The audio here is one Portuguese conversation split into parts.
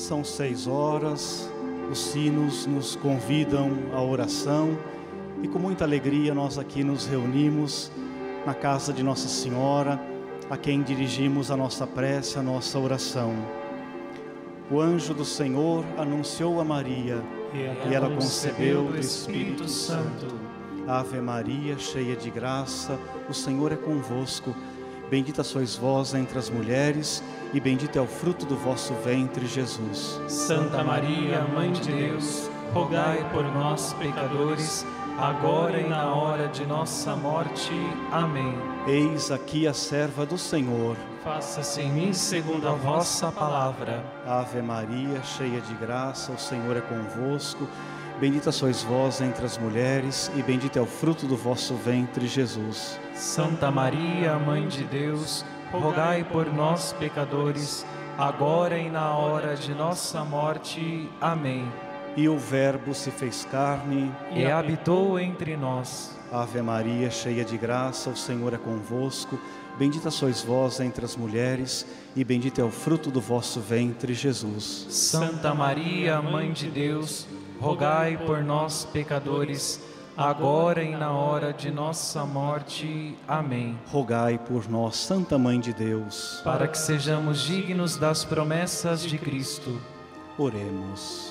São 6 horas, os sinos nos convidam à oração e com muita alegria nós aqui nos reunimos na casa de Nossa Senhora, a quem dirigimos a nossa prece, a nossa oração. O anjo do Senhor anunciou a Maria e ela concebeu do Espírito Santo. Ave Maria, cheia de graça, o Senhor é convosco. Bendita sois vós entre as mulheres, e bendito é o fruto do vosso ventre, Jesus. Santa Maria, Mãe de Deus, rogai por nós, pecadores, agora e na hora de nossa morte. Amém. Eis aqui a serva do Senhor. Faça-se em mim segundo a vossa palavra. Ave Maria, cheia de graça, o Senhor é convosco. Bendita sois vós entre as mulheres, e bendito é o fruto do vosso ventre, Jesus. Santa Maria, Mãe de Deus, rogai por nós, pecadores, agora e na hora de nossa morte. Amém. E o Verbo se fez carne e habitou entre nós. Ave Maria, cheia de graça, o Senhor é convosco. Bendita sois vós entre as mulheres, e bendito é o fruto do vosso ventre, Jesus. Santa Maria, Mãe de Deus, rogai por nós, pecadores, agora e na hora de nossa morte. Amém. Rogai por nós, Santa Mãe de Deus, para que sejamos dignos das promessas de Cristo. Oremos.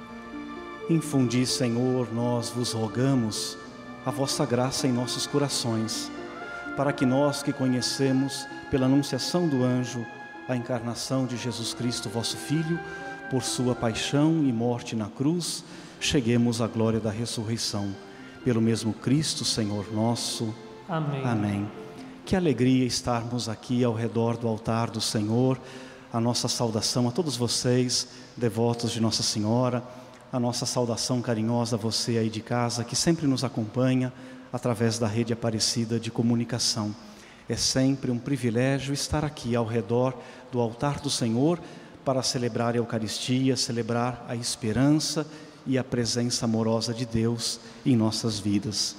Infundi, Senhor, nós vos rogamos, a vossa graça em nossos corações, para que nós que conhecemos, pela anunciação do anjo, a encarnação de Jesus Cristo, vosso Filho, por sua paixão e morte na cruz, cheguemos à glória da ressurreição. Pelo mesmo Cristo, Senhor nosso. Amém. Amém. Que alegria estarmos aqui ao redor do altar do Senhor. A nossa saudação a todos vocês, devotos de Nossa Senhora, a nossa saudação carinhosa a você aí de casa, que sempre nos acompanha através da rede Aparecida de comunicação. É sempre um privilégio estar aqui ao redor do altar do Senhor para celebrar a Eucaristia, celebrar a esperança e a presença amorosa de Deus em nossas vidas.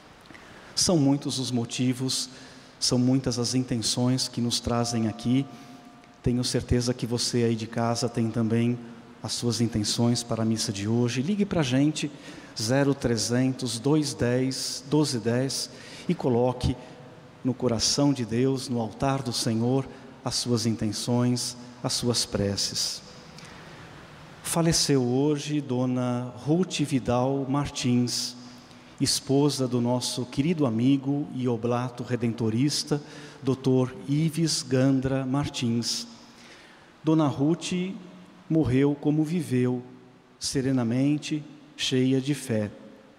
São muitos os motivos, são muitas as intenções que nos trazem aqui. Tenho certeza que você aí de casa tem também as suas intenções para a missa de hoje. Ligue para a gente, 0300 210 1210, e coloque no coração de Deus, no altar do Senhor, as suas intenções, as suas preces. Faleceu hoje Dona Ruth Vidal Martins, esposa do nosso querido amigo e oblato redentorista, Dr. Ives Gandra Martins. Dona Ruth morreu como viveu, serenamente, cheia de fé.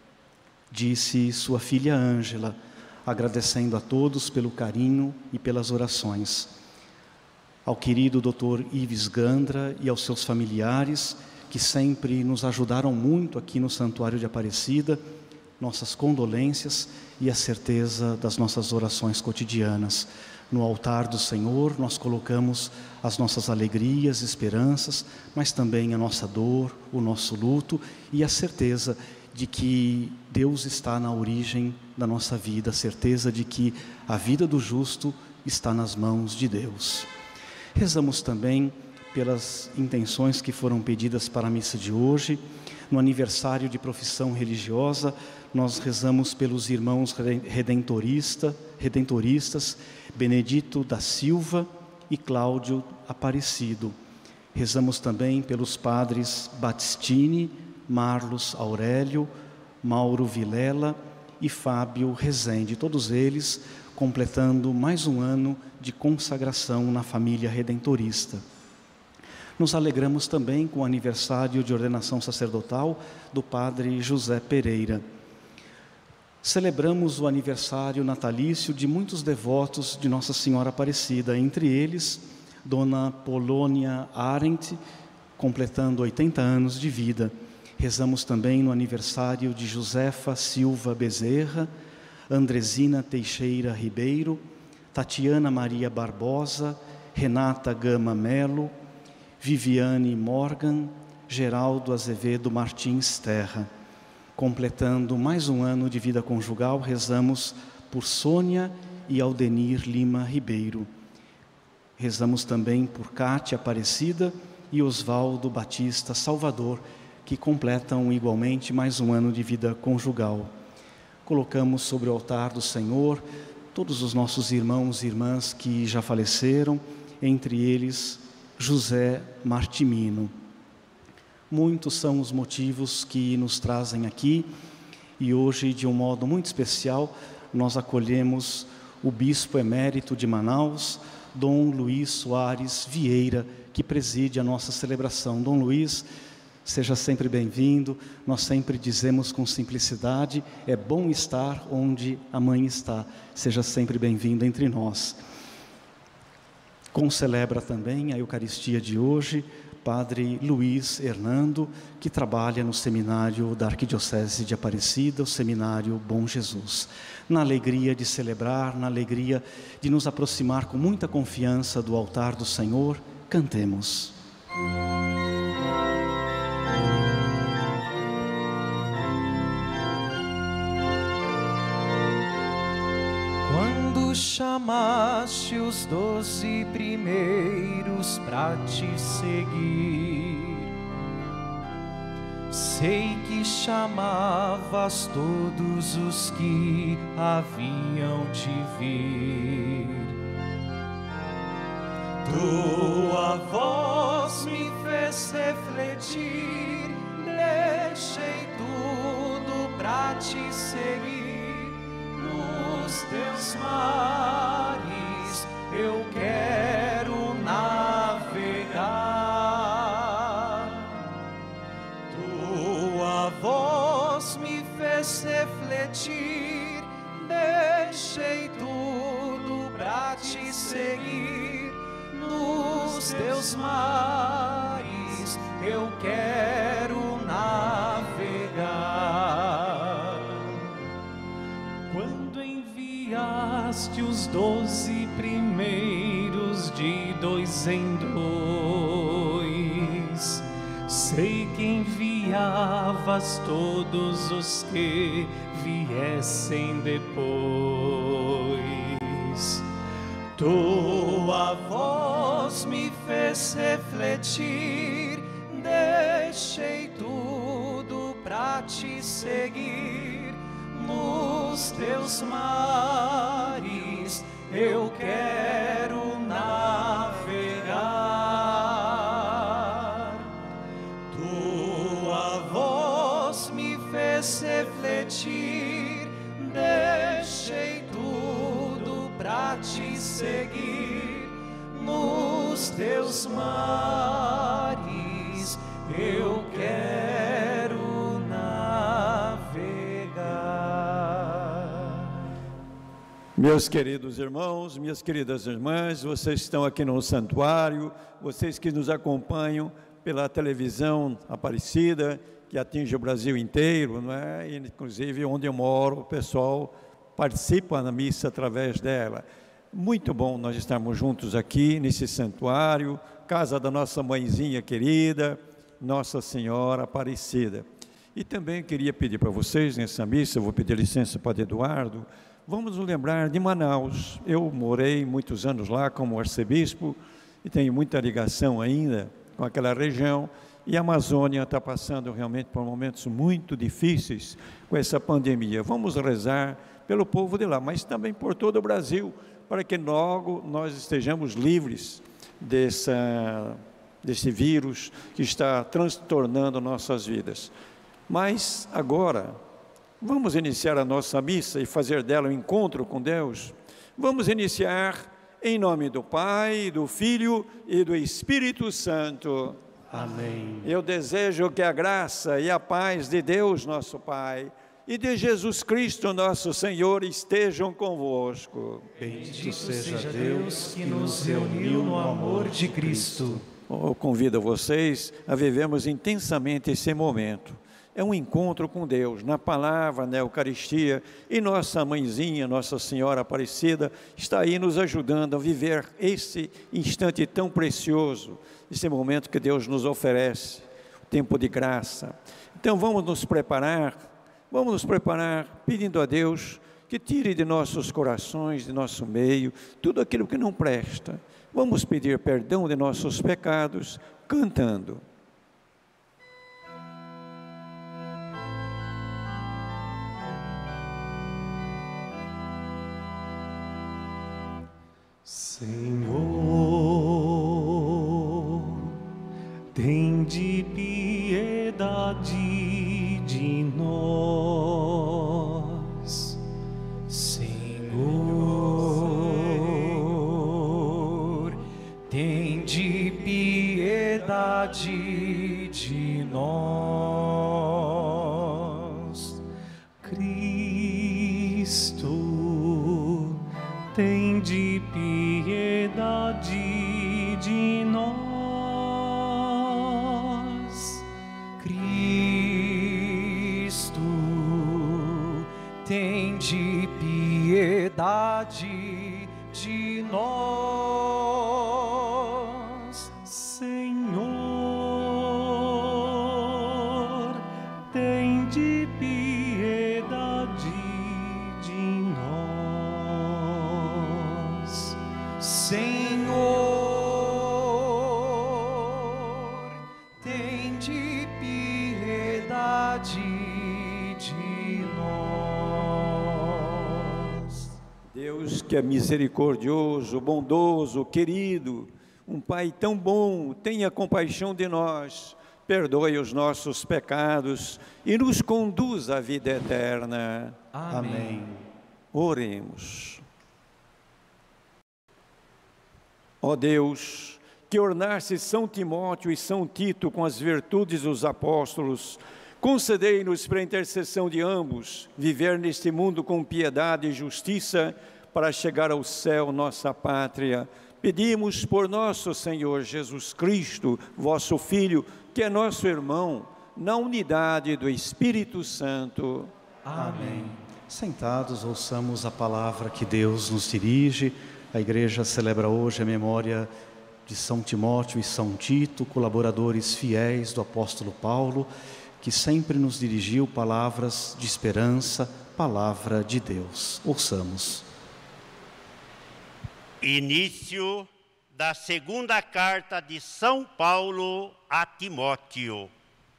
Disse sua filha Ângela, agradecendo a todos pelo carinho e pelas orações. Ao querido Dr. Ives Gandra e aos seus familiares, que sempre nos ajudaram muito aqui no Santuário de Aparecida, nossas condolências e a certeza das nossas orações cotidianas. No altar do Senhor nós colocamos as nossas alegrias, esperanças, mas também a nossa dor, o nosso luto e a certeza de que Deus está na origem da nossa vida, a certeza de que a vida do justo está nas mãos de Deus. Rezamos também pelas intenções que foram pedidas para a missa de hoje. No aniversário de profissão religiosa, nós rezamos pelos irmãos redentoristas, Benedito da Silva e Cláudio Aparecido. Rezamos também pelos padres Battistini, Marlos Aurélio, Mauro Vilela e Fábio Rezende, todos eles completando mais um ano de consagração na família redentorista. Nos alegramos também com o aniversário de ordenação sacerdotal do padre José Pereira. Celebramos o aniversário natalício de muitos devotos de Nossa Senhora Aparecida, entre eles Dona Polônia Arendt, completando 80 anos de vida. Rezamos também no aniversário de Josefa Silva Bezerra, Andresina Teixeira Ribeiro, Tatiana Maria Barbosa, Renata Gama Melo, Viviane Morgan, Geraldo Azevedo Martins Terra. Completando mais um ano de vida conjugal, rezamos por Sônia e Aldenir Lima Ribeiro. Rezamos também por Cátia Aparecida e Osvaldo Batista Salvador, que completam igualmente mais um ano de vida conjugal. Colocamos sobre o altar do Senhor todos os nossos irmãos e irmãs que já faleceram, entre eles José Martimino. Muitos são os motivos que nos trazem aqui, e hoje, de um modo muito especial, nós acolhemos o Bispo Emérito de Manaus, Dom Luiz Soares Vieira, que preside a nossa celebração. Dom Luiz, seja sempre bem-vindo. Nós sempre dizemos com simplicidade: é bom estar onde a mãe está. Seja sempre bem-vindo entre nós. Concelebra também a Eucaristia de hoje Padre Luiz Hernando, que trabalha no seminário da Arquidiocese de Aparecida, o Seminário Bom Jesus. Na alegria de celebrar, na alegria de nos aproximar com muita confiança do altar do Senhor, cantemos. Quando chamaste os 12 primeiros pra te seguir, sei que chamavas todos os que haviam de vir. Tua voz me fez refletir, deixei tudo pra te seguir. Nos teus mares eu quero navegar. Tua voz me fez refletir, deixei tudo pra te seguir. Nos teus mares eu quero navegar. Quando enviaste os 12 primeiros de 2 em 2, sei que enviavas todos os que viessem depois. Tua voz me fez refletir, deixei tudo pra te seguir. Nos teus mares eu quero navegar. Tua voz me fez refletir, deixei tudo pra te seguir. Nos teus mares eu quero navegar. Meus queridos irmãos, minhas queridas irmãs, vocês que estão aqui no santuário, vocês que nos acompanham pela televisão Aparecida, que atinge o Brasil inteiro, não é? E, inclusive, onde eu moro, o pessoal participa na missa através dela. Muito bom nós estarmos juntos aqui nesse santuário, casa da nossa mãezinha querida, Nossa Senhora Aparecida. E também queria pedir para vocês, nessa missa, eu vou pedir licença para o Padre Eduardo, vamos nos lembrar de Manaus. Eu morei muitos anos lá como arcebispo e tenho muita ligação ainda com aquela região. E a Amazônia está passando realmente por momentos muito difíceis com essa pandemia. Vamos rezar pelo povo de lá, mas também por todo o Brasil, para que logo nós estejamos livres desse vírus que está transtornando nossas vidas. Mas agora, vamos iniciar a nossa missa e fazer dela um encontro com Deus. Vamos iniciar em nome do Pai, do Filho e do Espírito Santo. Amém. Eu desejo que a graça e a paz de Deus, nosso Pai, e de Jesus Cristo, nosso Senhor, estejam convosco. Bendito seja Deus que nos reuniu no amor de Cristo. Eu convido vocês a vivermos intensamente esse momento. É um encontro com Deus, na palavra, na Eucaristia, e nossa mãezinha, Nossa Senhora Aparecida, está aí nos ajudando a viver esse instante tão precioso, esse momento que Deus nos oferece, o tempo de graça. Então vamos nos preparar pedindo a Deus que tire de nossos corações, de nosso meio, tudo aquilo que não presta. Vamos pedir perdão de nossos pecados, cantando. Senhor, tende piedade de nós. Senhor, tende piedade de nós. Cristo, tende piedade de nós. Cristo, tende piedade de nós. Senhor, tende piedade de nós. Senhor, tende piedade de nós. Deus que é misericordioso, bondoso, querido, um Pai tão bom, tenha compaixão de nós, perdoe os nossos pecados e nos conduz à vida eterna. Amém. Oremos. Ó Deus, que ornaste São Timóteo e São Tito com as virtudes dos apóstolos, concedei-nos, pela intercessão de ambos, viver neste mundo com piedade e justiça, para chegar ao céu, nossa pátria. Pedimos por nosso Senhor Jesus Cristo, vosso Filho, que é nosso irmão, na unidade do Espírito Santo. Amém. Sentados, ouçamos a palavra que Deus nos dirige. A igreja celebra hoje a memória de São Timóteo e São Tito, colaboradores fiéis do apóstolo Paulo, que sempre nos dirigiu palavras de esperança, palavra de Deus. Ouçamos. Início da segunda carta de São Paulo a Timóteo.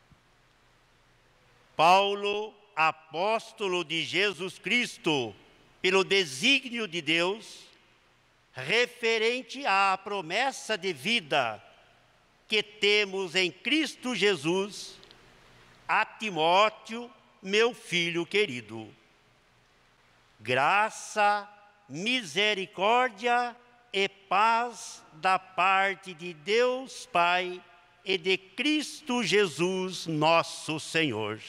Paulo, apóstolo de Jesus Cristo, pelo desígnio de Deus, referente à promessa de vida que temos em Cristo Jesus, a Timóteo, meu filho querido. Graça, misericórdia e paz da parte de Deus Pai e de Cristo Jesus, nosso Senhor.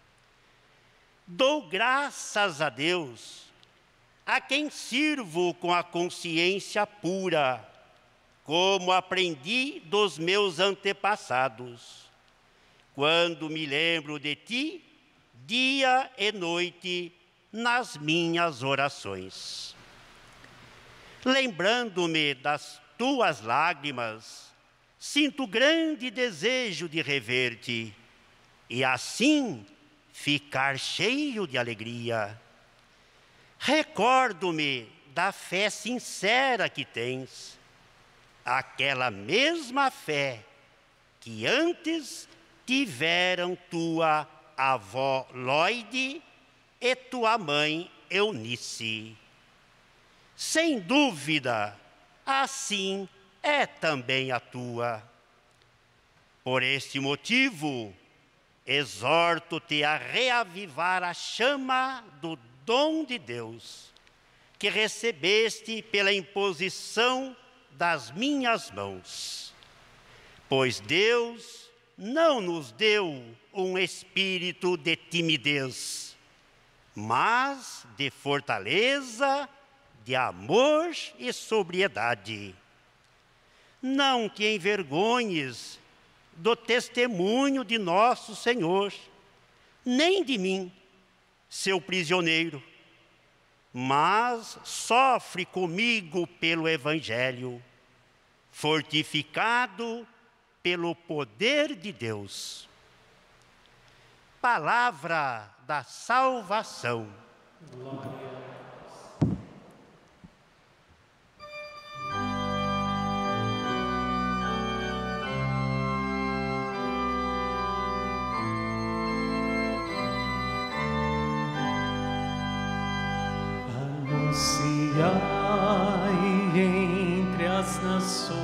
Dou graças a Deus, a quem sirvo com a consciência pura, como aprendi dos meus antepassados, quando me lembro de ti, dia e noite, nas minhas orações. Lembrando-me das tuas lágrimas, sinto grande desejo de rever-te, e assim ficar cheio de alegria. Recordo-me da fé sincera que tens, aquela mesma fé que antes tiveram tua avó Loide e tua mãe Eunice. Sem dúvida, assim é também a tua. Por este motivo, exorto-te a reavivar a chama do dom de Deus, que recebeste pela imposição das minhas mãos. Pois Deus não nos deu um espírito de timidez, mas de fortaleza, de amor e sobriedade. Não te envergonhes do testemunho de nosso Senhor, nem de mim, seu prisioneiro, mas sofre comigo pelo Evangelho, fortificado pelo poder de Deus. Palavra da salvação. Glória entre as nações,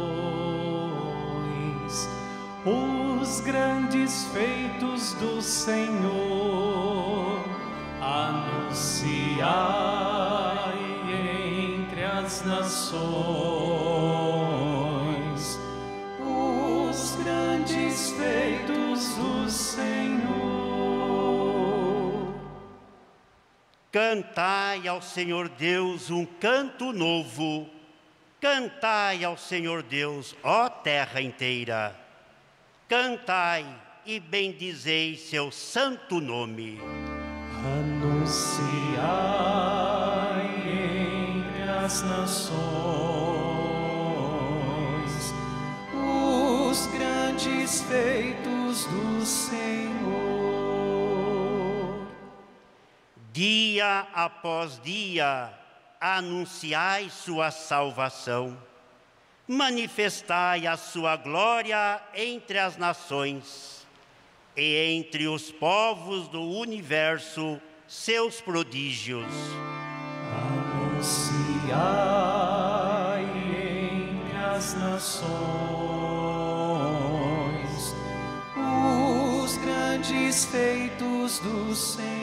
os grandes feitos do Senhor. Anunciai entre as nações os grandes feitos do Senhor. Cantai ao Senhor Deus um canto novo. Cantai ao Senhor Deus, ó terra inteira. Cantai e bendizei seu santo nome. Anunciai entre as nações os grandes feitos do Senhor. Dia após dia, anunciai sua salvação. Manifestai a sua glória entre as nações e entre os povos do universo seus prodígios. Anunciai entre as nações os grandes feitos do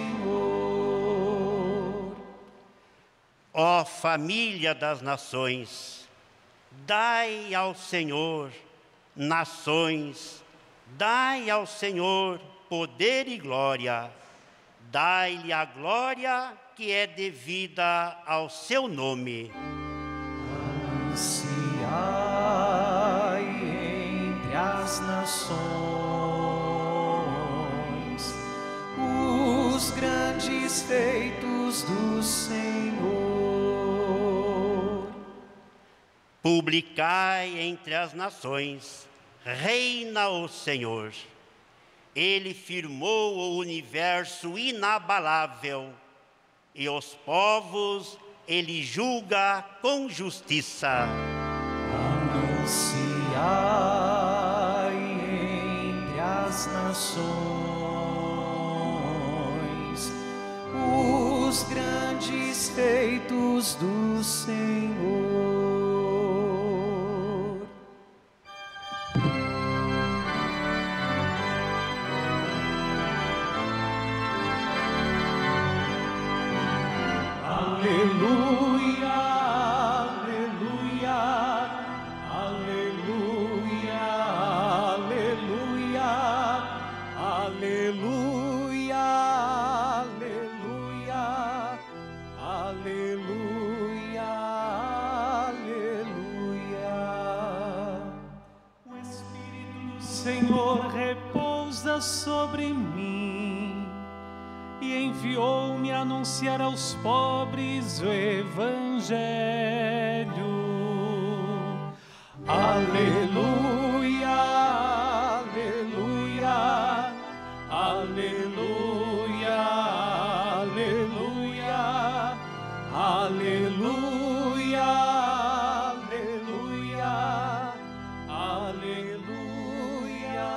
Senhor. Ó família das nações, dai ao Senhor, nações, dai ao Senhor poder e glória. Dai-lhe a glória que é devida ao seu nome. Anunciai entre as nações os grandes feitos do Senhor. Publicai entre as nações, reina o Senhor. Ele firmou o universo inabalável e os povos ele julga com justiça. Anunciai entre as nações os grandes feitos do Senhor. Aleluia, aleluia, aleluia, aleluia, aleluia, aleluia, aleluia, aleluia. O Espírito do Senhor repousa sobre mim e enviou-me a anunciar aos pobres o Evangelho. Aleluia, aleluia, aleluia, aleluia, aleluia, aleluia, aleluia,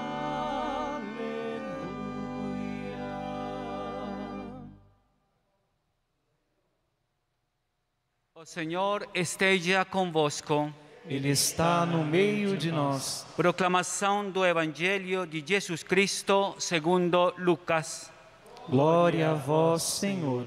aleluia. O Senhor esteja convosco. Ele está no meio de nós. Proclamação do Evangelho de Jesus Cristo segundo Lucas. Glória a vós, Senhor.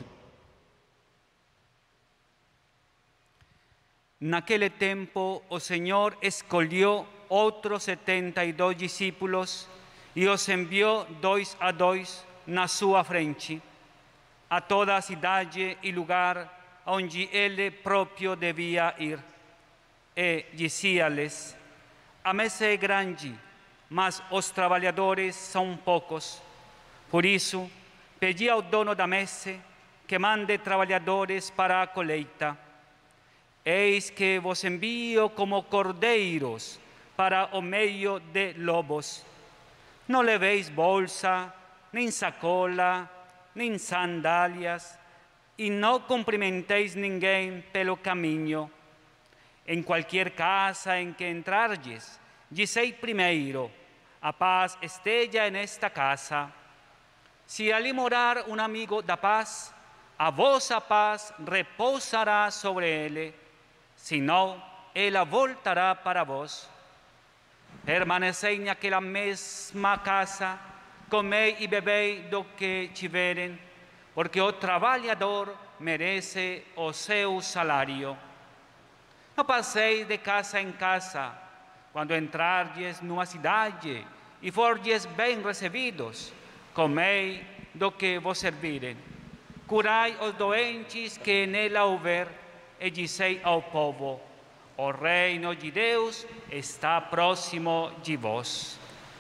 Naquele tempo, o Senhor escolheu outros 72 discípulos e os enviou 2 a 2 na sua frente, a toda a cidade e lugar onde ele próprio devia ir. E dizia-lhes: a mesa é grande, mas os trabalhadores são poucos. Por isso, pedi ao dono da mesa que mande trabalhadores para a colheita. Eis que vos envio como cordeiros para o meio de lobos. Não leveis bolsa, nem sacola, nem sandálias, e não cumprimenteis ninguém pelo caminho. Em qualquer casa em que entrardes, dizei primeiro: a paz esteja nesta casa. Se ali morar um amigo da paz, a vossa paz repousará sobre ele. senão ela voltará para vós. Permanecei naquela mesma casa, comei e bebei do que tiverem, porque o trabalhador merece o seu salário. Não passeis de casa em casa. Quando entrardes numa cidade e fordes bem recebidos, comei do que vos servirem. Curai os doentes que nela houver, e dizei ao povo: o reino de Deus está próximo de vós.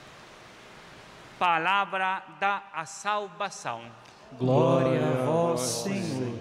Palavra da salvação. Glória a vós, Senhor.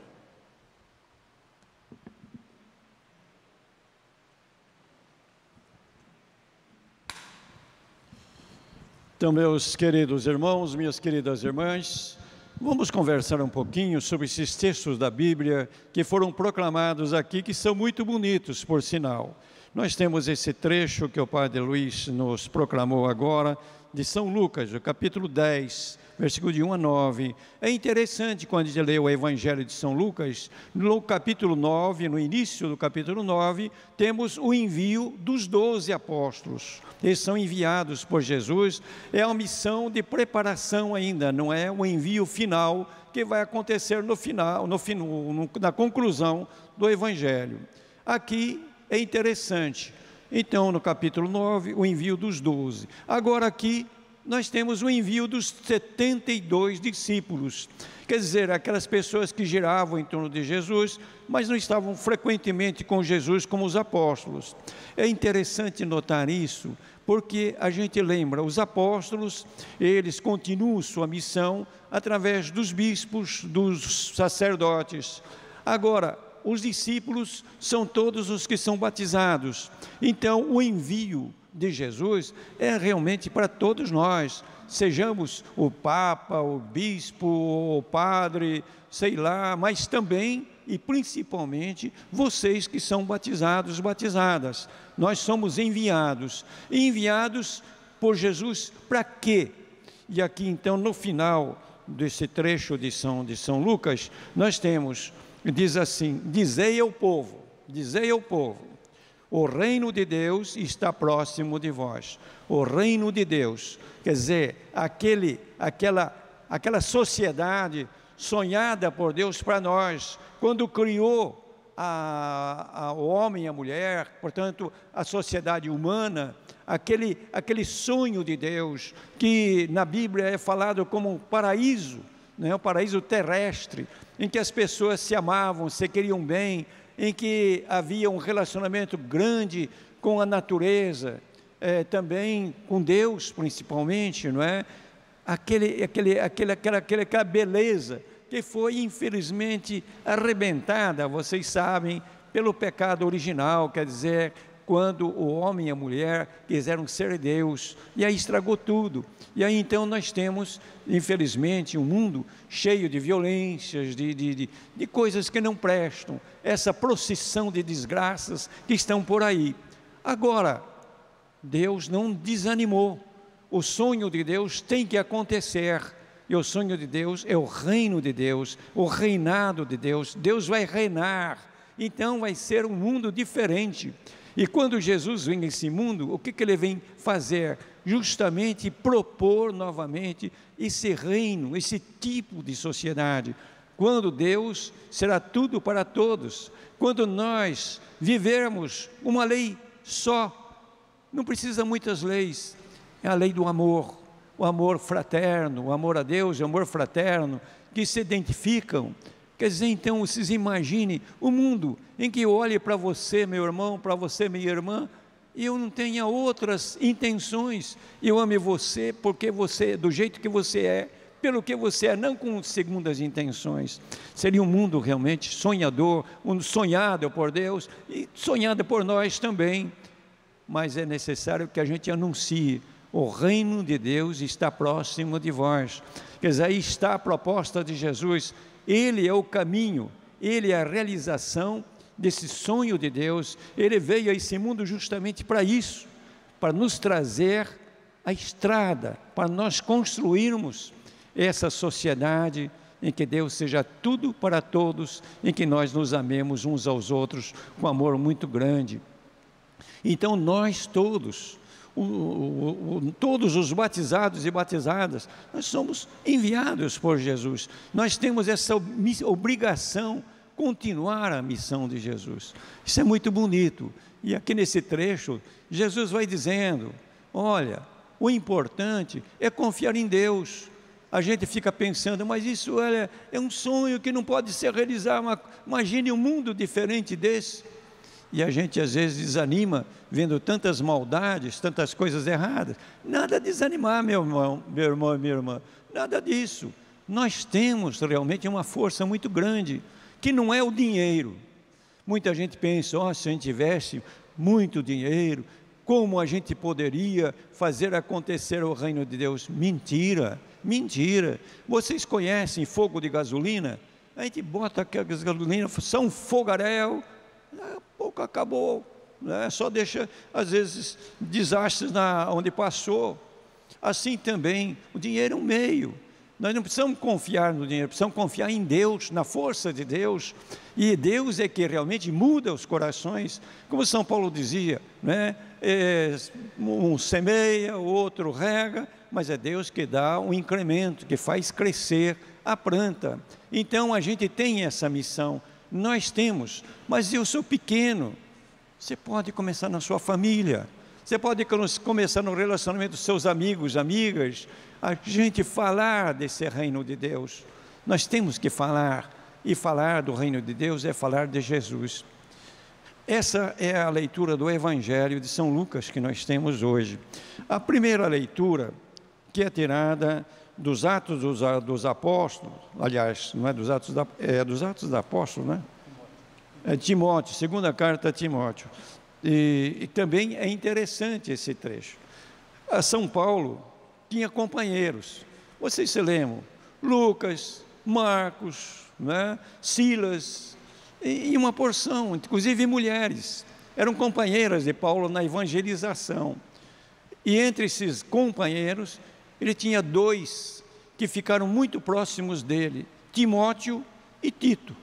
Então, meus queridos irmãos, minhas queridas irmãs, vamos conversar um pouquinho sobre esses textos da Bíblia que foram proclamados aqui, que são muito bonitos, por sinal. Nós temos esse trecho que o Padre Luiz nos proclamou agora, de São Lucas, o capítulo 10, versículo de 1 a 9. É interessante quando a gente lê o Evangelho de São Lucas, no capítulo 9, no início do capítulo 9, temos o envio dos 12 apóstolos. Eles são enviados por Jesus, é uma missão de preparação ainda, não é o envio final que vai acontecer no final, na conclusão do Evangelho. Aqui é interessante. Então, no capítulo 9, o envio dos 12. Agora aqui, nós temos o envio dos 72 discípulos. Quer dizer, aquelas pessoas que giravam em torno de Jesus, mas não estavam frequentemente com Jesus como os apóstolos. É interessante notar isso, porque a gente lembra, os apóstolos, eles continuam sua missão através dos bispos, dos sacerdotes. Agora, os discípulos são todos os que são batizados. Então, o envio de Jesus é realmente para todos nós, sejamos o Papa, o Bispo, o Padre, sei lá, mas também e principalmente vocês que são batizados, batizadas. Nós somos enviados por Jesus para quê? E aqui então no final desse trecho de São Lucas, nós temos, diz assim: dizei ao povo, o reino de Deus está próximo de vós. O reino de Deus, quer dizer, aquela sociedade sonhada por Deus para nós, quando criou o homem e a mulher, portanto, a sociedade humana, aquele sonho de Deus, que na Bíblia é falado como um paraíso, né? Um paraíso terrestre, em que as pessoas se amavam, se queriam bem, em que havia um relacionamento grande com a natureza, também com Deus principalmente, não é? Aquela beleza que foi infelizmente arrebentada, vocês sabem, pelo pecado original, quer dizer, quando o homem e a mulher quiseram ser Deus, e aí estragou tudo. E aí então nós temos, infelizmente, um mundo cheio de violências, de coisas que não prestam, essa procissão de desgraças que estão por aí. Agora, Deus não desanimou, o sonho de Deus tem que acontecer, e o sonho de Deus é o reino de Deus, o reinado de Deus. Deus vai reinar, então vai ser um mundo diferente. E quando Jesus vem nesse mundo, o que ele vem fazer? Justamente propor novamente esse reino, esse tipo de sociedade, quando Deus será tudo para todos, quando nós vivermos uma lei só, não precisa muitas leis, é a lei do amor, o amor fraterno, o amor a Deus, o amor fraterno, que se identificam. Quer dizer, então, vocês imaginem um mundo em que eu olhe para você, meu irmão, para você, minha irmã, e eu não tenha outras intenções. Eu ame você porque você, do jeito que você é, pelo que você é, não com segundas intenções. Seria um mundo realmente sonhador, sonhado por Deus e sonhado por nós também. Mas é necessário que a gente anuncie: o reino de Deus está próximo de vós. Quer dizer, aí está a proposta de Jesus. Ele é o caminho, Ele é a realização desse sonho de Deus. Ele veio a esse mundo justamente para isso, para nos trazer a estrada, para nós construirmos essa sociedade em que Deus seja tudo para todos, em que nós nos amemos uns aos outros com amor muito grande. Então nós todos, todos os batizados e batizadas, nós somos enviados por Jesus. Nós temos essa obrigação, continuar a missão de Jesus. Isso é muito bonito. E aqui nesse trecho, Jesus vai dizendo, olha, o importante é confiar em Deus. A gente fica pensando, mas isso é um sonho que não pode ser realizado. Imagine um mundo diferente desse. E a gente às vezes desanima, vendo tantas maldades, tantas coisas erradas. Nada desanimar, meu irmão, minha irmã, nada disso. Nós temos realmente uma força muito grande, que não é o dinheiro. Muita gente pensa, se a gente tivesse muito dinheiro, como a gente poderia fazer acontecer o reino de Deus? Mentira, mentira. Vocês conhecem fogo de gasolina? A gente bota aquela gasolina, só um fogaréu, pouco acabou, né? Só deixa, às vezes, desastres onde passou. Assim também, o dinheiro é um meio. Nós não precisamos confiar no dinheiro, precisamos confiar em Deus, na força de Deus. E Deus é que realmente muda os corações. Como São Paulo dizia, né? Um semeia, o outro rega, mas é Deus que dá um incremento, que faz crescer a planta. Então a gente tem essa missão, nós temos, mas eu sou pequeno. Você pode começar na sua família, você pode começar no relacionamento dos seus amigos, amigas, a gente falar desse reino de Deus. Nós temos que falar, e falar do reino de Deus é falar de Jesus. Essa é a leitura do Evangelho de São Lucas que nós temos hoje. A primeira leitura, que é tirada dos Atos dos Apóstolos, aliás, não é dos Atos dos Atos Apóstolos, né? É Timóteo, segunda carta a Timóteo. E também é interessante esse trecho. A São Paulo tinha companheiros, vocês se lembram, Lucas, Marcos, né? Silas, e uma porção, inclusive mulheres, eram companheiras de Paulo na evangelização. E entre esses companheiros, ele tinha dois que ficaram muito próximos dele, Timóteo e Tito.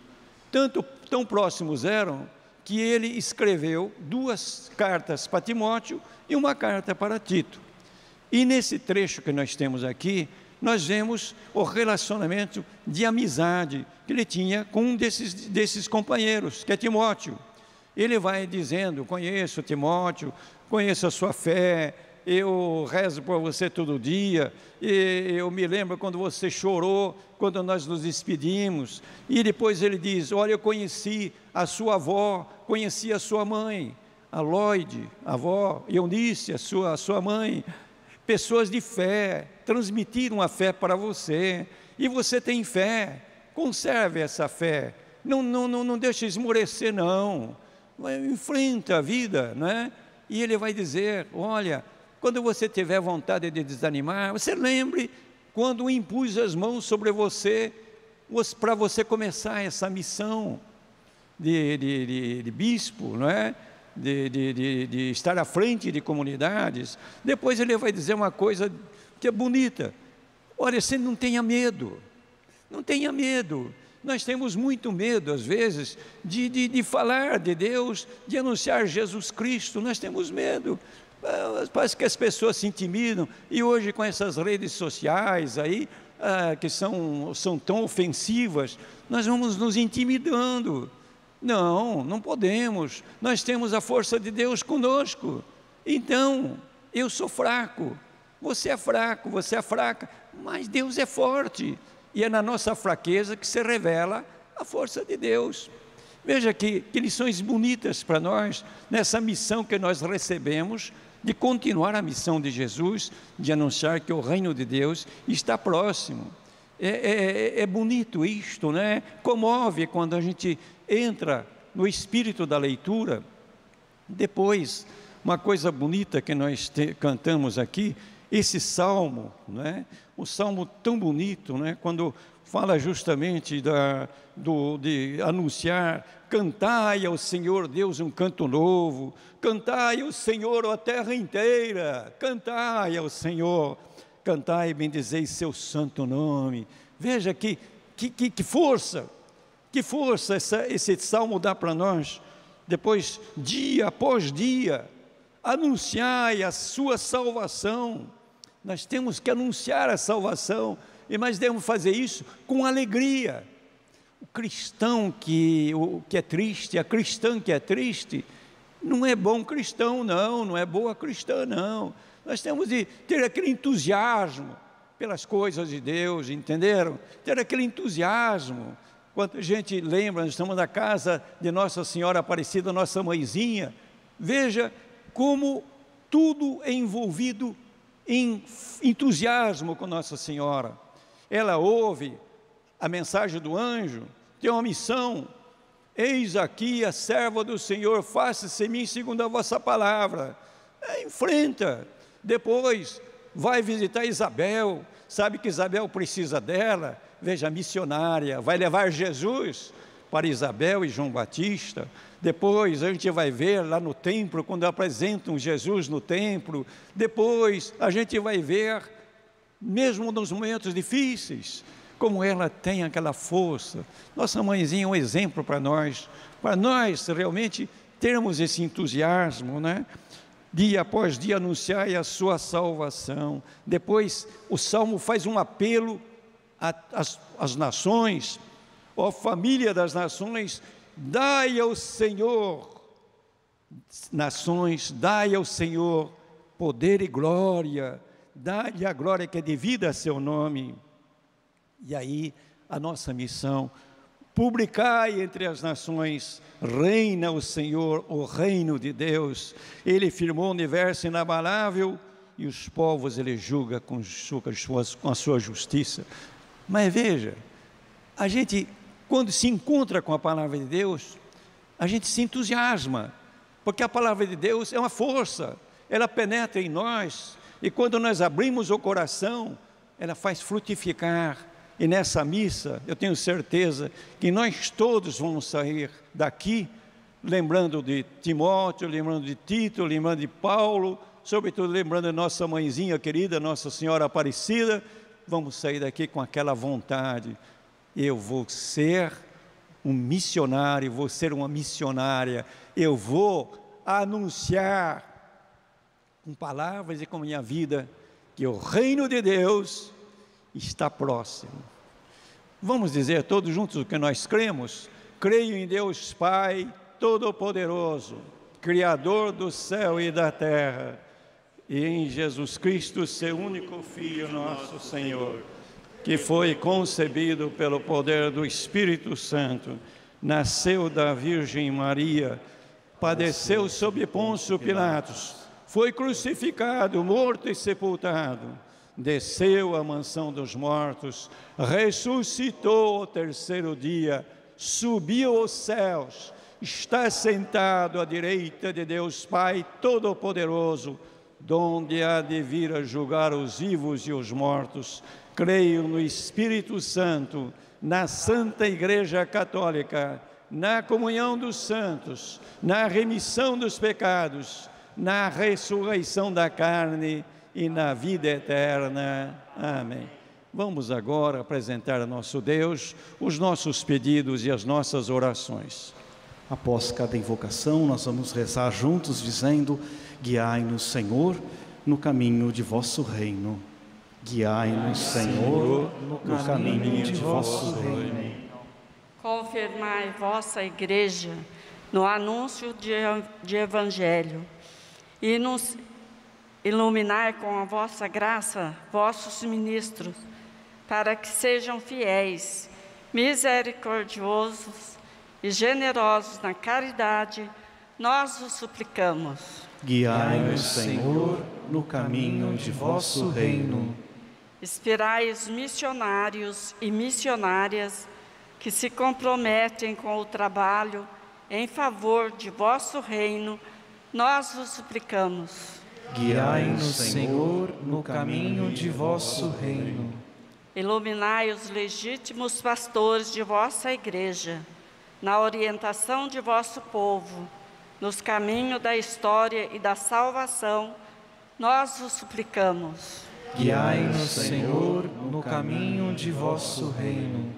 Tão próximos eram que ele escreveu 2 cartas para Timóteo e uma carta para Tito. E nesse trecho que nós temos aqui, nós vemos o relacionamento de amizade que ele tinha com um desses companheiros, que é Timóteo. Ele vai dizendo, conheço Timóteo, conheço a sua fé, eu rezo por você todo dia, e eu me lembro quando você chorou, quando nós nos despedimos. E depois ele diz, olha, eu conheci a sua avó, conheci a sua mãe, a Lloyd, a avó, Eunice, a sua mãe, pessoas de fé, transmitiram a fé para você, e você tem fé, conserve essa fé, não deixe esmorecer não, enfrenta a vida, né? E ele vai dizer, olha, quando você tiver vontade de desanimar, você lembre quando impus as mãos sobre você, para você começar essa missão de bispo, não é? De estar à frente de comunidades. Depois ele vai dizer uma coisa que é bonita, olha, você não tenha medo, não tenha medo. Nós temos muito medo, às vezes, de falar de Deus, de anunciar Jesus Cristo, nós temos medo. Parece que as pessoas se intimidam, e hoje com essas redes sociais aí, que são tão ofensivas, nós vamos nos intimidando. Não podemos, nós temos a força de Deus conosco. Então, eu sou fraco, você é fraca, mas Deus é forte, e é na nossa fraqueza que se revela a força de Deus. Veja que lições bonitas para nós, nessa missão que nós recebemos, de continuar a missão de Jesus, de anunciar que o reino de Deus está próximo. É bonito isto, né? Comove quando a gente entra no espírito da leitura. Depois, uma coisa bonita que nós cantamos aqui, esse salmo, né? O salmo tão bonito, né? Quando fala justamente de anunciar, cantai ao Senhor Deus um canto novo, cantai ao Senhor a terra inteira, cantai ao Senhor, cantai e bendizei seu santo nome. Veja que Que força esse salmo dá para nós. Depois, dia após dia, anunciai a sua salvação. Nós temos que anunciar a salvação, mas devemos fazer isso com alegria. O cristão que é triste, a cristã que é triste, não é bom cristão, não é boa cristã, não. Nós temos de ter aquele entusiasmo pelas coisas de Deus, entenderam? Ter aquele entusiasmo. Quando a gente lembra, nós estamos na casa de Nossa Senhora Aparecida, nossa mãezinha, veja como tudo é envolvido em entusiasmo com Nossa Senhora. Ela ouve a mensagem do anjo, tem uma missão: eis aqui a serva do Senhor, faça-se em mim segundo a vossa palavra. Enfrenta. Depois vai visitar Isabel, sabe que Isabel precisa dela, veja, missionária, vai levar Jesus para Isabel e João Batista. Depois a gente vai ver lá no templo, quando apresentam Jesus no templo. Depois a gente vai ver, mesmo nos momentos difíceis, como ela tem aquela força. Nossa mãezinha é um exemplo para nós realmente termos esse entusiasmo, né? Dia após dia anunciai a sua salvação. Depois o Salmo faz um apelo às nações: ó família das nações, dai ao Senhor, nações, dai ao Senhor poder e glória, dai-lhe a glória que é devida a seu nome. E aí a nossa missão: publicai entre as nações, reina o Senhor, o reino de Deus. Ele firmou o universo inabalável e os povos Ele julga com a sua justiça. Mas veja, a gente, quando se encontra com a palavra de Deus, a gente se entusiasma, porque a palavra de Deus é uma força, ela penetra em nós, e quando nós abrimos o coração, ela faz frutificar. E nessa missa, eu tenho certeza que nós todos vamos sair daqui, lembrando de Timóteo, lembrando de Tito, lembrando de Paulo, sobretudo lembrando de nossa mãezinha querida, Nossa Senhora Aparecida. Vamos sair daqui com aquela vontade: eu vou ser um missionário, vou ser uma missionária, eu vou anunciar com palavras e com minha vida que o reino de Deus está próximo. Vamos dizer todos juntos o que nós cremos? Creio em Deus Pai Todo-Poderoso, Criador do céu e da terra, e em Jesus Cristo, seu único Filho, nosso Senhor, que foi concebido pelo poder do Espírito Santo, nasceu da Virgem Maria, padeceu sob Pôncio Pilatos, foi crucificado, morto e sepultado, desceu à mansão dos mortos, ressuscitou ao terceiro dia, subiu aos céus, está sentado à direita de Deus Pai Todo-Poderoso, donde há de vir a julgar os vivos e os mortos. Creio no Espírito Santo, na Santa Igreja Católica, na comunhão dos santos, na remissão dos pecados, na ressurreição da carne e na vida eterna. Amém. Vamos agora apresentar a nosso Deus os nossos pedidos e as nossas orações. Após cada invocação, nós vamos rezar juntos dizendo: guiai-nos, Senhor, no caminho de vosso reino. Guiai-nos, Senhor, no caminho de vosso reino. Confirmai vossa Igreja no anúncio de Evangelho e nos iluminai com a vossa graça vossos ministros, para que sejam fiéis, misericordiosos e generosos na caridade, nós vos suplicamos. Guiai-nos, Senhor, no caminho de vosso reino. Inspirai os missionários e missionárias que se comprometem com o trabalho em favor de vosso reino, nós vos suplicamos. Guiai-nos, Senhor, no caminho de vosso reino. Iluminai os legítimos pastores de vossa Igreja, na orientação de vosso povo, nos caminhos da história e da salvação, nós vos suplicamos. Guiai-nos, Senhor, no caminho de vosso reino.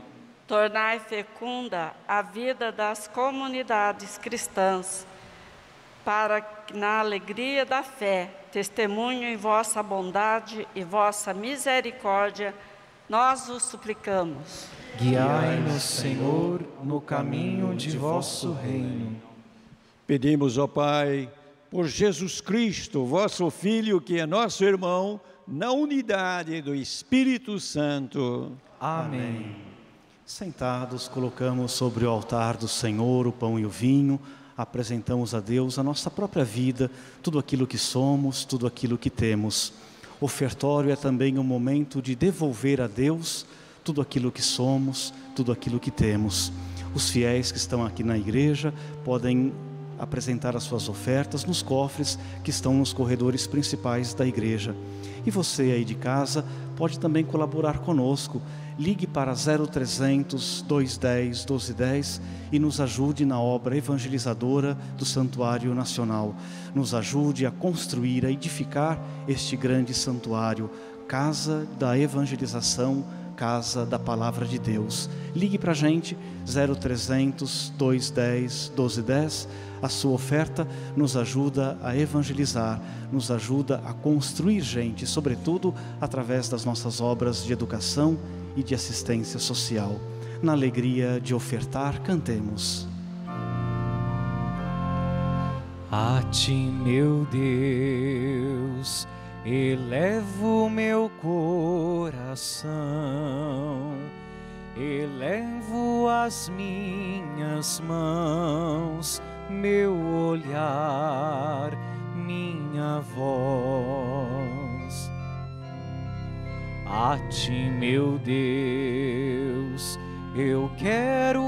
Tornai fecunda a vida das comunidades cristãs, para que, na alegria da fé, testemunho em vossa bondade e vossa misericórdia, nós vos suplicamos. Guiai-nos, Senhor, no caminho de vosso reino. Pedimos, ó Pai, por Jesus Cristo, vosso Filho, que é nosso irmão, na unidade do Espírito Santo. Amém. Sentados, colocamos sobre o altar do Senhor o pão e o vinho, apresentamos a Deus a nossa própria vida, tudo aquilo que somos, tudo aquilo que temos. Ofertório é também um momento de devolver a Deus tudo aquilo que somos, tudo aquilo que temos. Os fiéis que estão aqui na igreja podem apresentar as suas ofertas nos cofres que estão nos corredores principais da igreja. E você aí de casa pode também colaborar conosco. Ligue para 0300 210 1210 e nos ajude na obra evangelizadora do Santuário Nacional. Nos ajude a construir, a edificar este grande santuário, casa da evangelização, casa da Palavra de Deus. Ligue para a gente, 0300 210 1210. A sua oferta nos ajuda a evangelizar, nos ajuda a construir gente, sobretudo através das nossas obras de educação e de assistência social. Na alegria de ofertar, cantemos. A ti, meu Deus, elevo meu coração, elevo as minhas mãos, meu olhar, minha voz. A ti, meu Deus, eu quero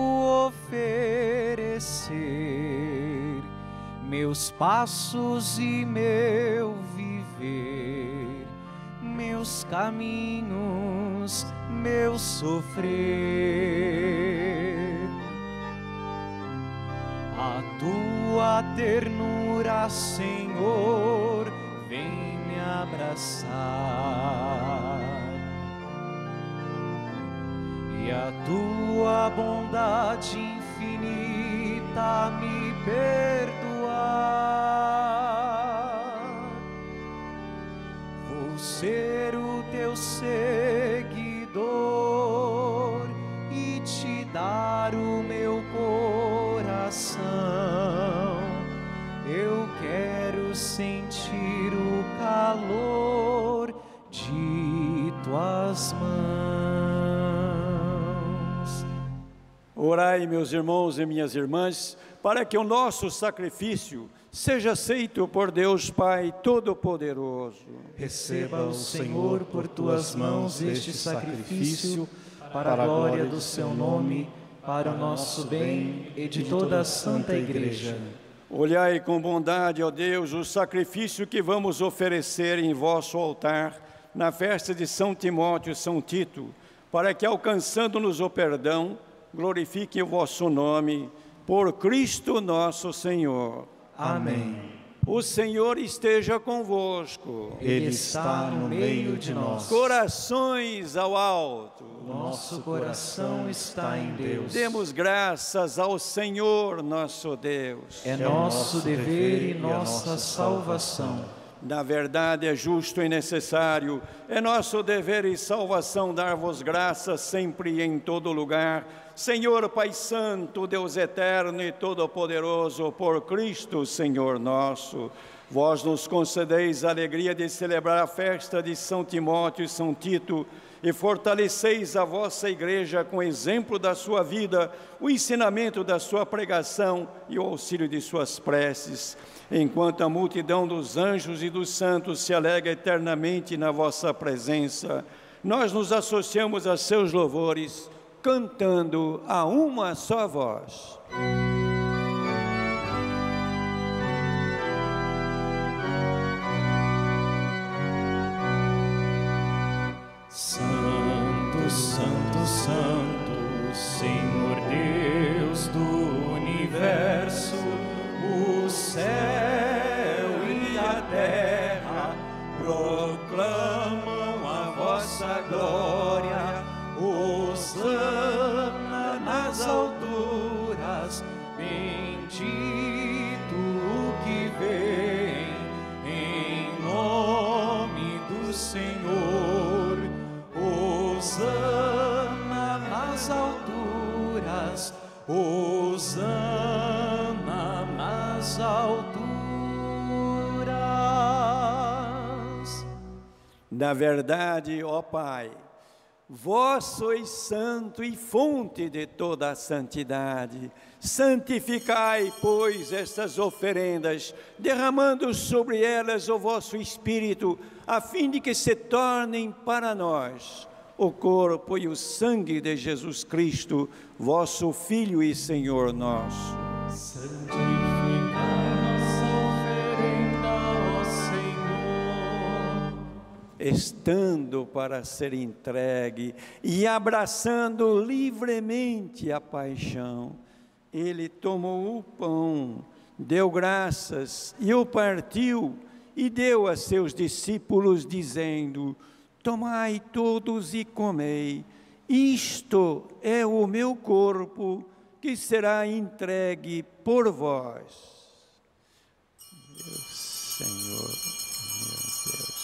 oferecer meus passos e meu viver, meus caminhos, meu sofrer. A tua ternura, Senhor, vem me abraçar, e a tua bondade infinita me perdoar. Vou ser o teu seguidor e te dar o meu coração. Eu quero sentir o calor de tuas mãos. Orai, meus irmãos e minhas irmãs, para que o nosso sacrifício seja aceito por Deus Pai Todo-Poderoso. Receba o Senhor por tuas mãos este sacrifício, para a glória do seu nome, para o nosso bem e de toda a Santa Igreja. Olhai com bondade, ó Deus, o sacrifício que vamos oferecer em vosso altar, na festa de São Timóteo e São Tito, para que, alcançando-nos o perdão, glorifiquem o vosso nome, por Cristo nosso Senhor. Amém. O Senhor esteja convosco. Ele está no meio de nós. Corações ao alto. Nosso coração está em Deus. Demos graças ao Senhor nosso Deus. É nosso dever e nossa salvação. Na verdade é justo e necessário, é nosso dever e salvação dar-vos graças sempre e em todo lugar, Senhor Pai Santo, Deus eterno e todo-poderoso, por Cristo, Senhor nosso. Vós nos concedeis a alegria de celebrar a festa de São Timóteo e São Tito, e fortaleceis a vossa igreja com o exemplo da sua vida, o ensinamento da sua pregação e o auxílio de suas preces. Enquanto a multidão dos anjos e dos santos se alegra eternamente na vossa presença, nós nos associamos a seus louvores, cantando a uma só voz. Santo, Santo, Santo, Senhor Deus do universo, o céu e a terra proclamam a vossa glória. Hosana alturas. Na verdade, ó Pai, vós sois santo e fonte de toda a santidade. Santificai, pois, estas oferendas, derramando sobre elas o vosso Espírito, a fim de que se tornem para nós o corpo e o sangue de Jesus Cristo, vosso Filho e Senhor nosso. Santificai nossa oferenda, ó Senhor. Estando para ser entregue e abraçando livremente a paixão, ele tomou o pão, deu graças e o partiu e deu a seus discípulos, dizendo: tomai todos e comei, isto é o meu corpo, que será entregue por vós. Meu Senhor, meu Deus.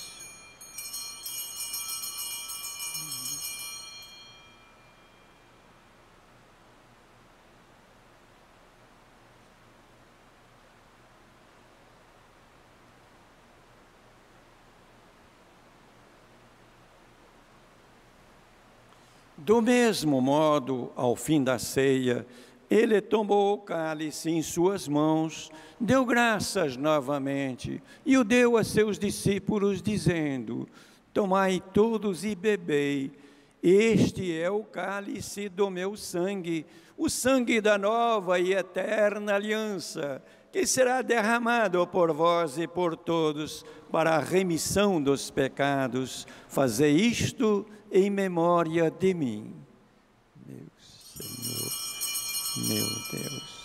Do mesmo modo, ao fim da ceia, ele tomou o cálice em suas mãos, deu graças novamente e o deu a seus discípulos, dizendo: tomai todos e bebei, este é o cálice do meu sangue, o sangue da nova e eterna aliança, que será derramado por vós e por todos para a remissão dos pecados. Fazei isto em memória de mim. Meu Senhor, meu Deus.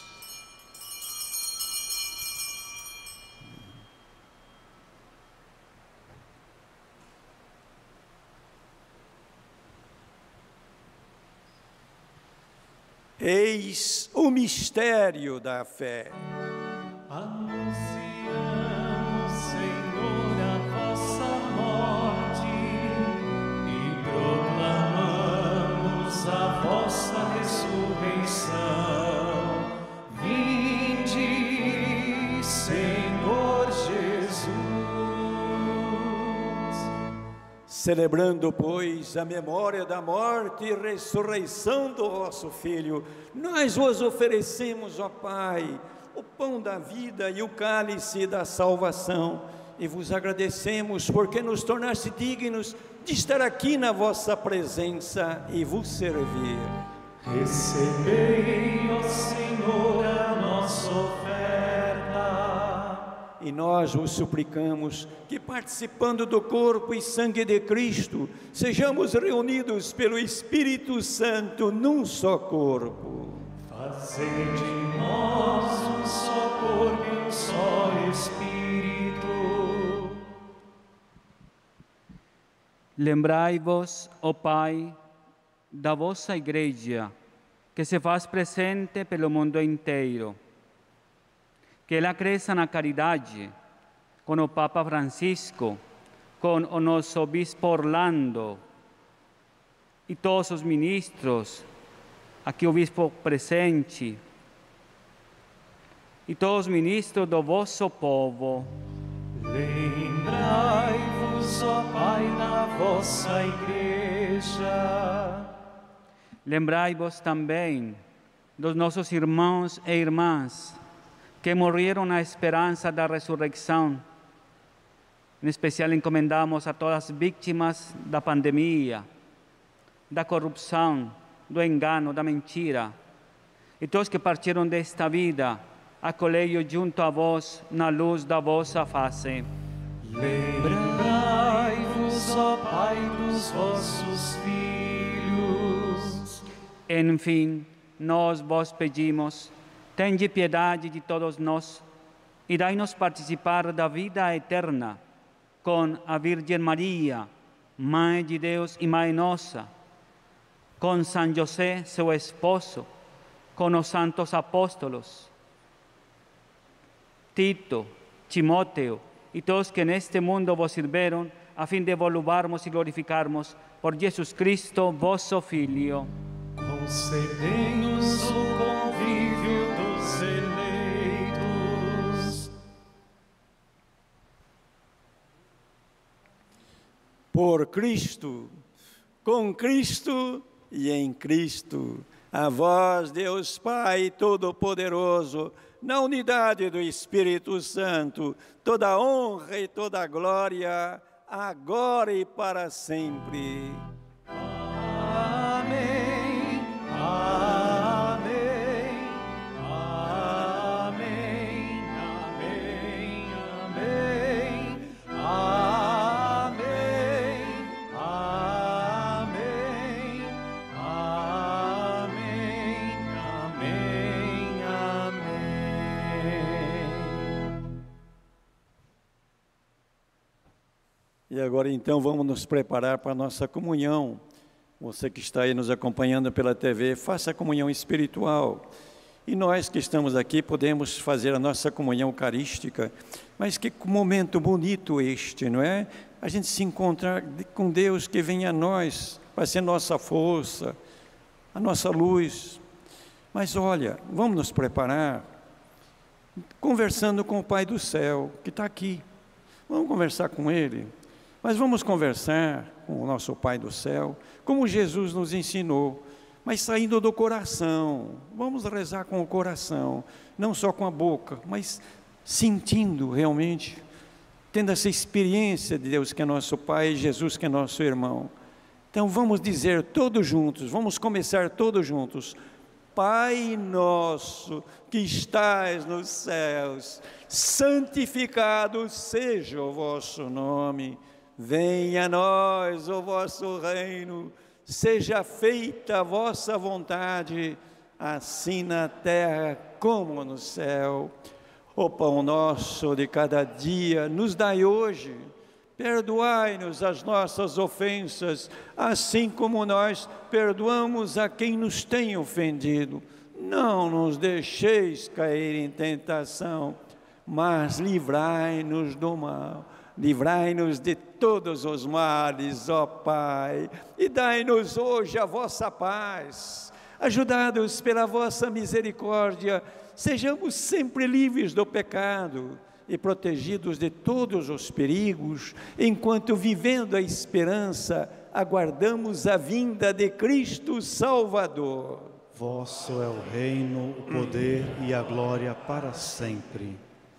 Eis o mistério da fé. Anunciamos, Senhor, a vossa morte e proclamamos a vossa ressurreição. Vinde, Senhor Jesus. Celebrando, pois, a memória da morte e ressurreição do vosso Filho, nós vos oferecemos, ó Pai, o pão da vida e o cálice da salvação, e vos agradecemos porque nos tornaste dignos de estar aqui na vossa presença e vos servir. Recebei, ó Senhor, a nossa oferta. E nós vos suplicamos que, participando do corpo e sangue de Cristo, sejamos reunidos pelo Espírito Santo num só corpo. Fazei de nós um só corpo e um só Espírito. Lembrai-vos, ó Pai, da vossa Igreja, que se faz presente pelo mundo inteiro. Que ela cresça na caridade, com o Papa Francisco, com o nosso Bispo Orlando e todos os ministros, aqui o Bispo presente, e todos os ministros do vosso povo. Lembrai-vos, ó Pai, da vossa Igreja. Lembrai-vos também dos nossos irmãos e irmãs que morreram na esperança da ressurreição. Em especial, encomendamos a todas as vítimas da pandemia, da corrupção, do engano, da mentira, e todos que partiram desta vida, acolhei-o junto a vós na luz da vossa face. Lembrai-vos, ó Pai, dos vossos filhos. Enfim, nós vos pedimos, tende piedade de todos nós e dai-nos participar da vida eterna com a Virgem Maria, Mãe de Deus e Mãe nossa, com São José, seu esposo, com os santos apóstolos, Tito, Timóteo e todos que neste mundo vos sirveram, a fim de vos louvarmos e glorificarmos por Jesus Cristo, vosso Filho. Concedei-nos o convívio dos eleitos. por Cristo, com Cristo e em Cristo. A vós, Deus Pai Todo-Poderoso, na unidade do Espírito Santo, toda a honra e toda a glória, agora e para sempre. Amém. Amém. Amém. Amém. Amém. Amém. Amém. Amém. Amém. E agora então vamos nos preparar para a nossa comunhão. Você que está aí nos acompanhando pela TV, faça a comunhão espiritual. E nós que estamos aqui podemos fazer a nossa comunhão eucarística. Mas que momento bonito este, não é? A gente se encontrar com Deus que vem a nós, vai ser nossa força, a nossa luz. Mas olha, vamos nos preparar conversando com o Pai do céu, que está aqui. Vamos conversar com Ele. Mas vamos conversar com o nosso Pai do céu, como Jesus nos ensinou, mas saindo do coração. Vamos rezar com o coração, não só com a boca, mas sentindo realmente, tendo essa experiência de Deus que é nosso Pai e Jesus que é nosso irmão. Então vamos dizer todos juntos, vamos começar todos juntos. Pai nosso que estais nos céus, santificado seja o vosso nome. Venha a nós o vosso reino, seja feita a vossa vontade, assim na terra como no céu. O pão nosso de cada dia nos dai hoje. Perdoai-nos as nossas ofensas, assim como nós perdoamos a quem nos tem ofendido. Não nos deixeis cair em tentação, mas livrai-nos do mal. Livrai-nos de todos os males, ó Pai, e dai-nos hoje a vossa paz. Ajudados pela vossa misericórdia, sejamos sempre livres do pecado e protegidos de todos os perigos, enquanto vivendo a esperança, aguardamos a vinda de Cristo Salvador. Vosso é o reino, o poder e a glória para sempre.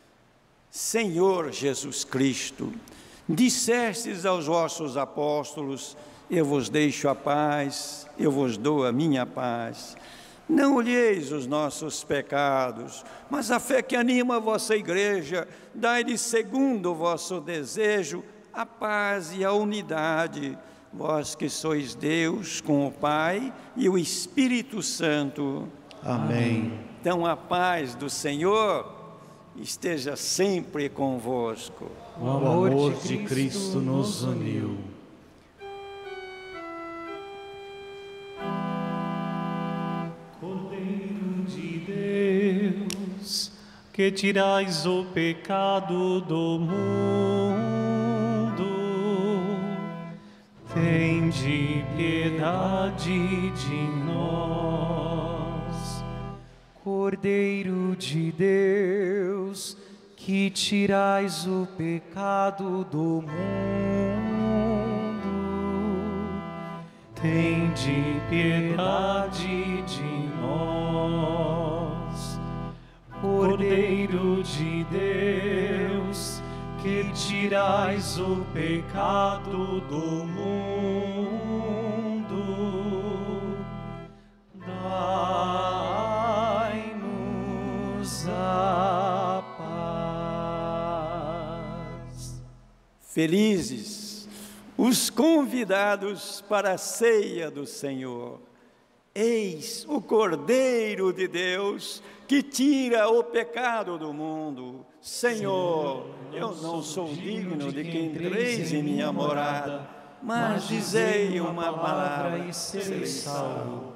Senhor Jesus Cristo, dissestes aos vossos apóstolos: eu vos deixo a paz, eu vos dou a minha paz. Não olheis os nossos pecados, mas a fé que anima a vossa igreja, dai-lhe segundo o vosso desejo a paz e a unidade, vós que sois Deus com o Pai e o Espírito Santo. Amém. Então a paz do Senhor esteja sempre convosco. O amor de Cristo nos uniu. Cordeiro de Deus, que tirais o pecado do mundo, tende piedade de nós. Cordeiro de Deus, que tirais o pecado do mundo, tende piedade de nós. Cordeiro de Deus, que tirais o pecado do mundo, dai-nos a paz. Felizes os convidados para a ceia do Senhor. Eis o Cordeiro de Deus que tira o pecado do mundo. Senhor, eu não sou digno de que entreis em minha morada, mas dizei uma palavra e serei salvo.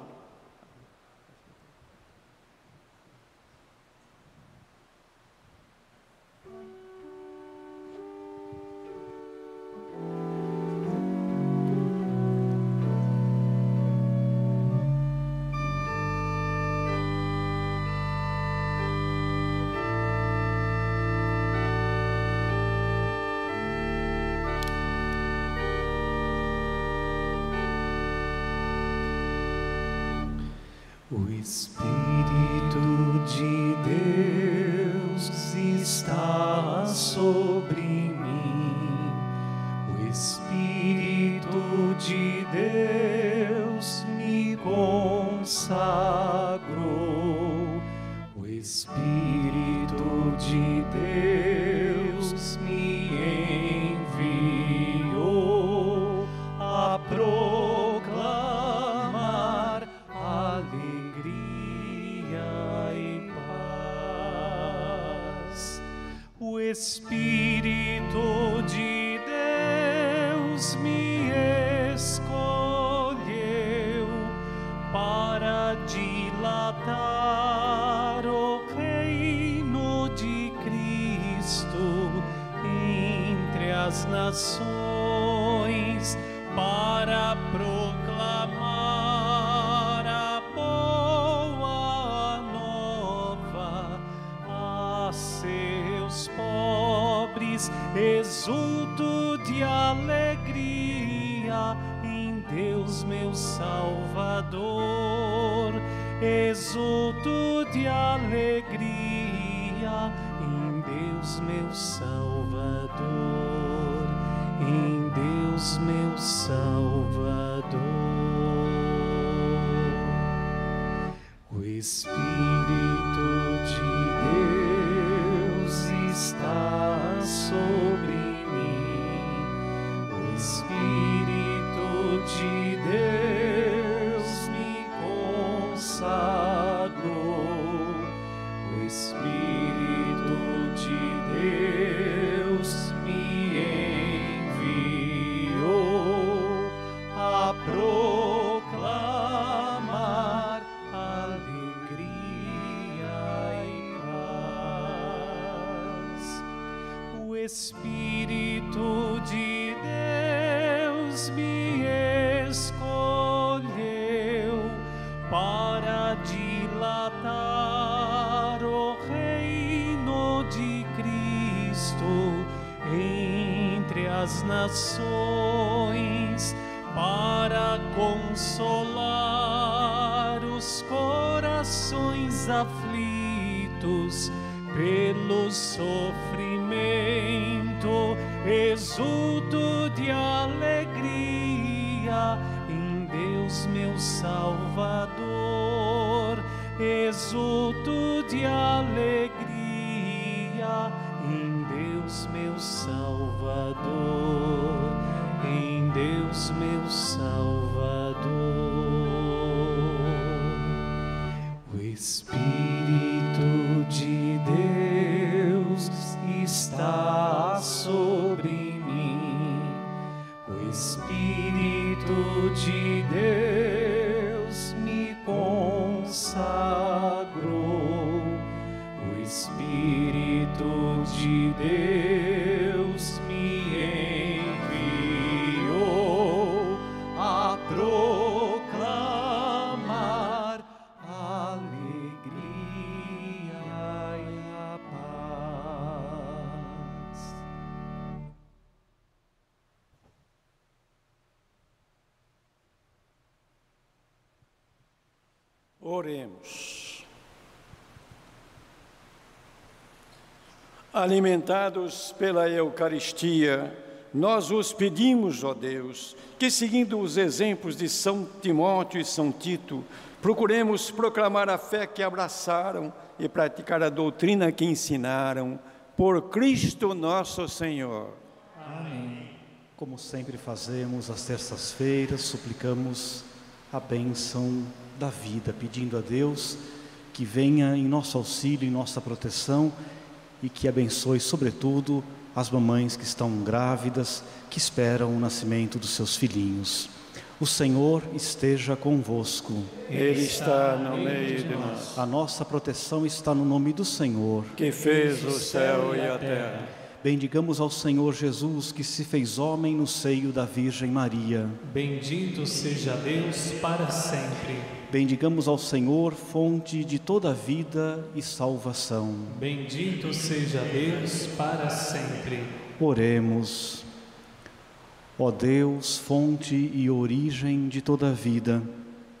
O Espírito de Deus está sobre mim. O Espírito de Deus me consagrou. O Espírito de Deus me enviou a proclamar alegria e paz. O Espírito de Deus me escolheu para dilatar o reino de Cristo entre as nações, para proclamar a boa nova a seus pobres. Exulto de alegria em Deus meu Salvador. Exulto de alegria em Deus meu Salvador. Em Deus meu Salvador. O Espírito de Deus está sobre mim. O Espírito de Deus me consagrou. O Espírito de Deus me enviou a proclamar alegria e paz. O Espírito de Deus me escolheu para dilatar o reino de Cristo entre as nações, para consolar os corações aflitos pelo sofrimento. Exulto de alegria em Deus meu Salvador. Exulto de alegria em Deus meu Salvador. Em Deus meu Salvador. O Espírito de Deus está sobre mim. O Espírito de Deus me consagrou. O Espírito de Deus me enviou a proclamar alegria e a paz. Oremos. Alimentados pela Eucaristia, nós os pedimos, ó Deus, que seguindo os exemplos de São Timóteo e São Tito, procuremos proclamar a fé que abraçaram e praticar a doutrina que ensinaram, por Cristo nosso Senhor. Amém. Como sempre fazemos às terças-feiras, suplicamos a bênção da vida, pedindo a Deus que venha em nosso auxílio, em nossa proteção, e que abençoe, sobretudo, as mamães que estão grávidas, que esperam o nascimento dos seus filhinhos. O Senhor esteja convosco. Ele está no meio de nós. A nossa proteção está no nome do Senhor, que fez o céu e a terra. Bendigamos ao Senhor Jesus, que se fez homem no seio da Virgem Maria. Bendito seja Deus para sempre. Bendigamos ao Senhor, fonte de toda a vida e salvação. Bendito seja Deus para sempre. Oremos. Ó Deus, fonte e origem de toda a vida,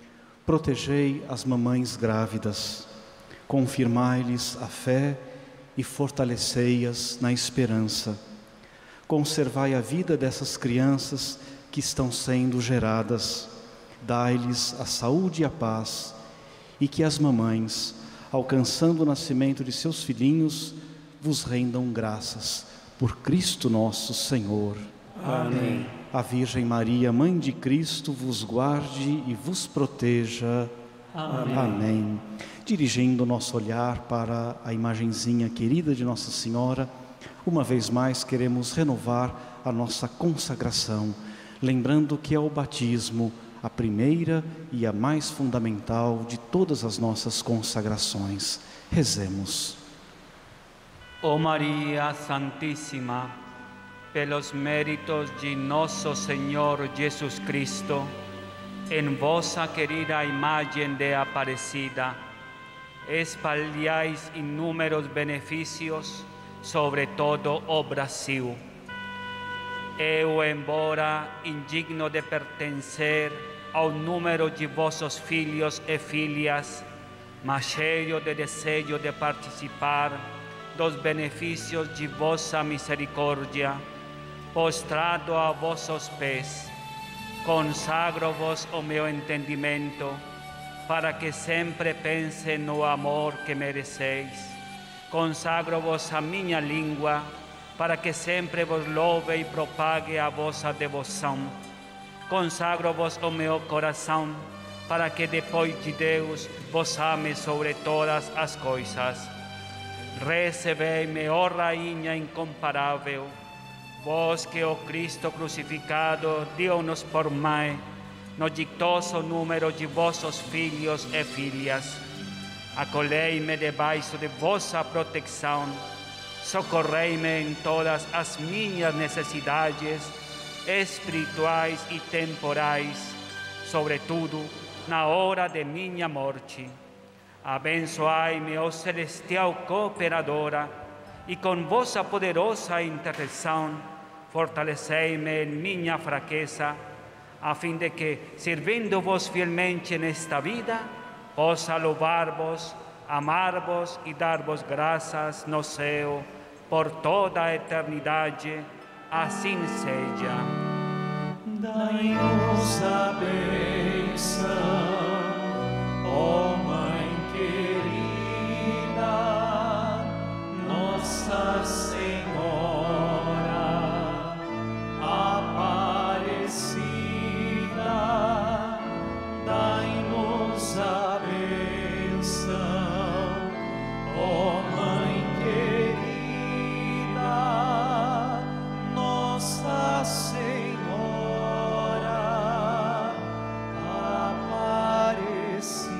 Protegei as mamães grávidas, confirmai-lhes a fé e fortalecei-as na esperança. Conservai a vida dessas crianças que estão sendo geradas. Dai-lhes a saúde e a paz, e que as mamães, alcançando o nascimento de seus filhinhos, vos rendam graças. Por Cristo nosso Senhor. Amém. A Virgem Maria, Mãe de Cristo, vos guarde e vos proteja. Amém. Amém. Dirigindo o nosso olhar para a imagenzinha querida de Nossa Senhora, uma vez mais queremos renovar a nossa consagração, lembrando que é o batismo a primeira e a mais fundamental de todas as nossas consagrações. Rezemos. Oh María Santísima, pelos méritos de nosso Senhor Jesus Cristo, en vossa querida imagen de Aparecida, espalhais inúmeros benefícios sobre todo o Brasil. Eu, embora indigno de pertencer ao número de vossos filhos e filhas, mas cheio de desejo de participar dos benefícios de vossa misericórdia, postrado a vossos pés, consagro-vos o meu entendimento, para que sempre pense no amor que mereceis. Consagro-vos a minha língua, para que sempre vos louve e propague a vossa devoção. Consagro-vos o meu coração, para que depois de Deus vos ame sobre todas as coisas. Recebei-me, ó Rainha incomparável, vós que o Cristo crucificado deu-nos por mãe, no ditoso número de vossos filhos e filhas. Acolhei-me debaixo de vossa proteção, socorrei-me em todas as minhas necessidades espirituais e temporais, sobretudo na hora de minha morte. Abençoai-me, ó celestial cooperadora, e com vossa poderosa intercessão, fortalecei-me em minha fraqueza, a fim de que, servindo-vos fielmente nesta vida, possa louvar-vos, amar-vos e dar-vos graças no céu por toda a eternidade. Assim seja. Dai-nos a bênção, ó Mãe querida, Nossa Senhora Aparecida. Dai-nos a bênção, ó Mãe querida, Nossa Senhora Aparecida.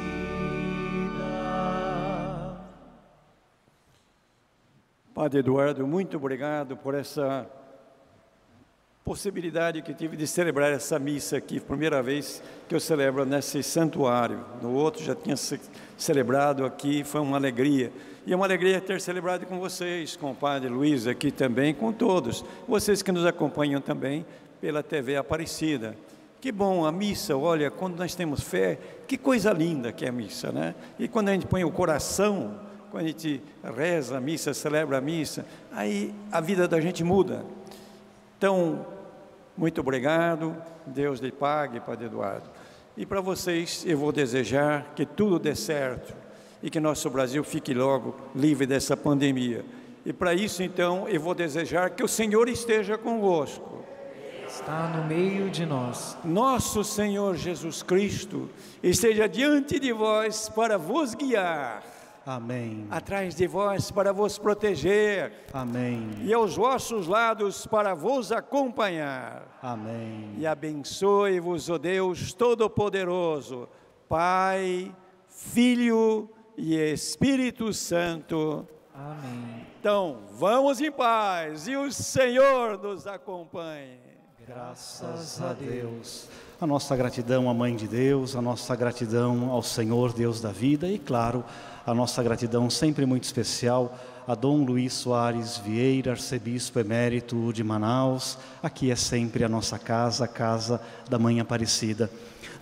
Padre Eduardo, muito obrigado por essa possibilidade que tive de celebrar essa missa aqui, primeira vez que eu celebro nesse santuário. No outro já tinha celebrado aqui, foi uma alegria. E é uma alegria ter celebrado com vocês, com o Padre Luiz aqui também, com todos. Vocês que nos acompanham também pela TV Aparecida. Que bom a missa, olha, quando nós temos fé, que coisa linda que é a missa, né? E quando a gente põe o coração, quando a gente reza a missa, celebra a missa, aí a vida da gente muda. Então, muito obrigado, Deus lhe pague, Padre Eduardo. E para vocês, eu vou desejar que tudo dê certo e que nosso Brasil fique logo livre dessa pandemia. E para isso, então, eu vou desejar que o Senhor esteja convosco. Está no meio de nós. Nosso Senhor Jesus Cristo esteja diante de vós para vos guiar. Amém. Atrás de vós para vos proteger. Amém. E aos vossos lados para vos acompanhar. Amém. E abençoe-vos o Deus Todo-Poderoso, Pai, Filho e Espírito Santo. Amém. Então, vamos em paz e o Senhor nos acompanhe. Graças a Deus. A nossa gratidão à Mãe de Deus, a nossa gratidão ao Senhor, Deus da vida, e claro, a nossa gratidão sempre muito especial a Dom Luiz Soares Vieira, arcebispo emérito de Manaus. Aqui é sempre a nossa casa, a casa da Mãe Aparecida.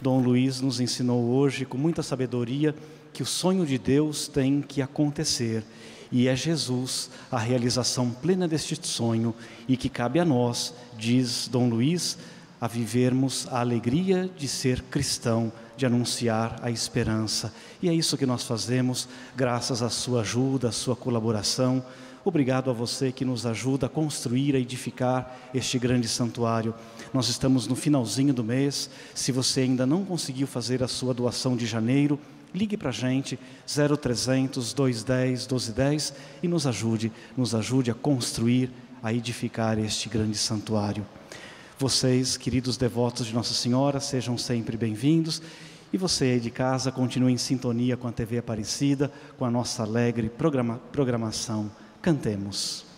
Dom Luiz nos ensinou hoje, com muita sabedoria, que o sonho de Deus tem que acontecer. E é Jesus a realização plena deste sonho e que cabe a nós, diz Dom Luiz, a vivermos a alegria de ser cristão, de anunciar a esperança. E é isso que nós fazemos, graças à sua ajuda, à sua colaboração. Obrigado a você que nos ajuda a construir, a edificar este grande santuário. Nós estamos no finalzinho do mês. Se você ainda não conseguiu fazer a sua doação de janeiro, ligue para a gente, 0300 210 1210 e nos ajude a construir, a edificar este grande santuário. Vocês, queridos devotos de Nossa Senhora, sejam sempre bem-vindos. E você aí de casa, continue em sintonia com a TV Aparecida, com a nossa alegre programação. Cantemos.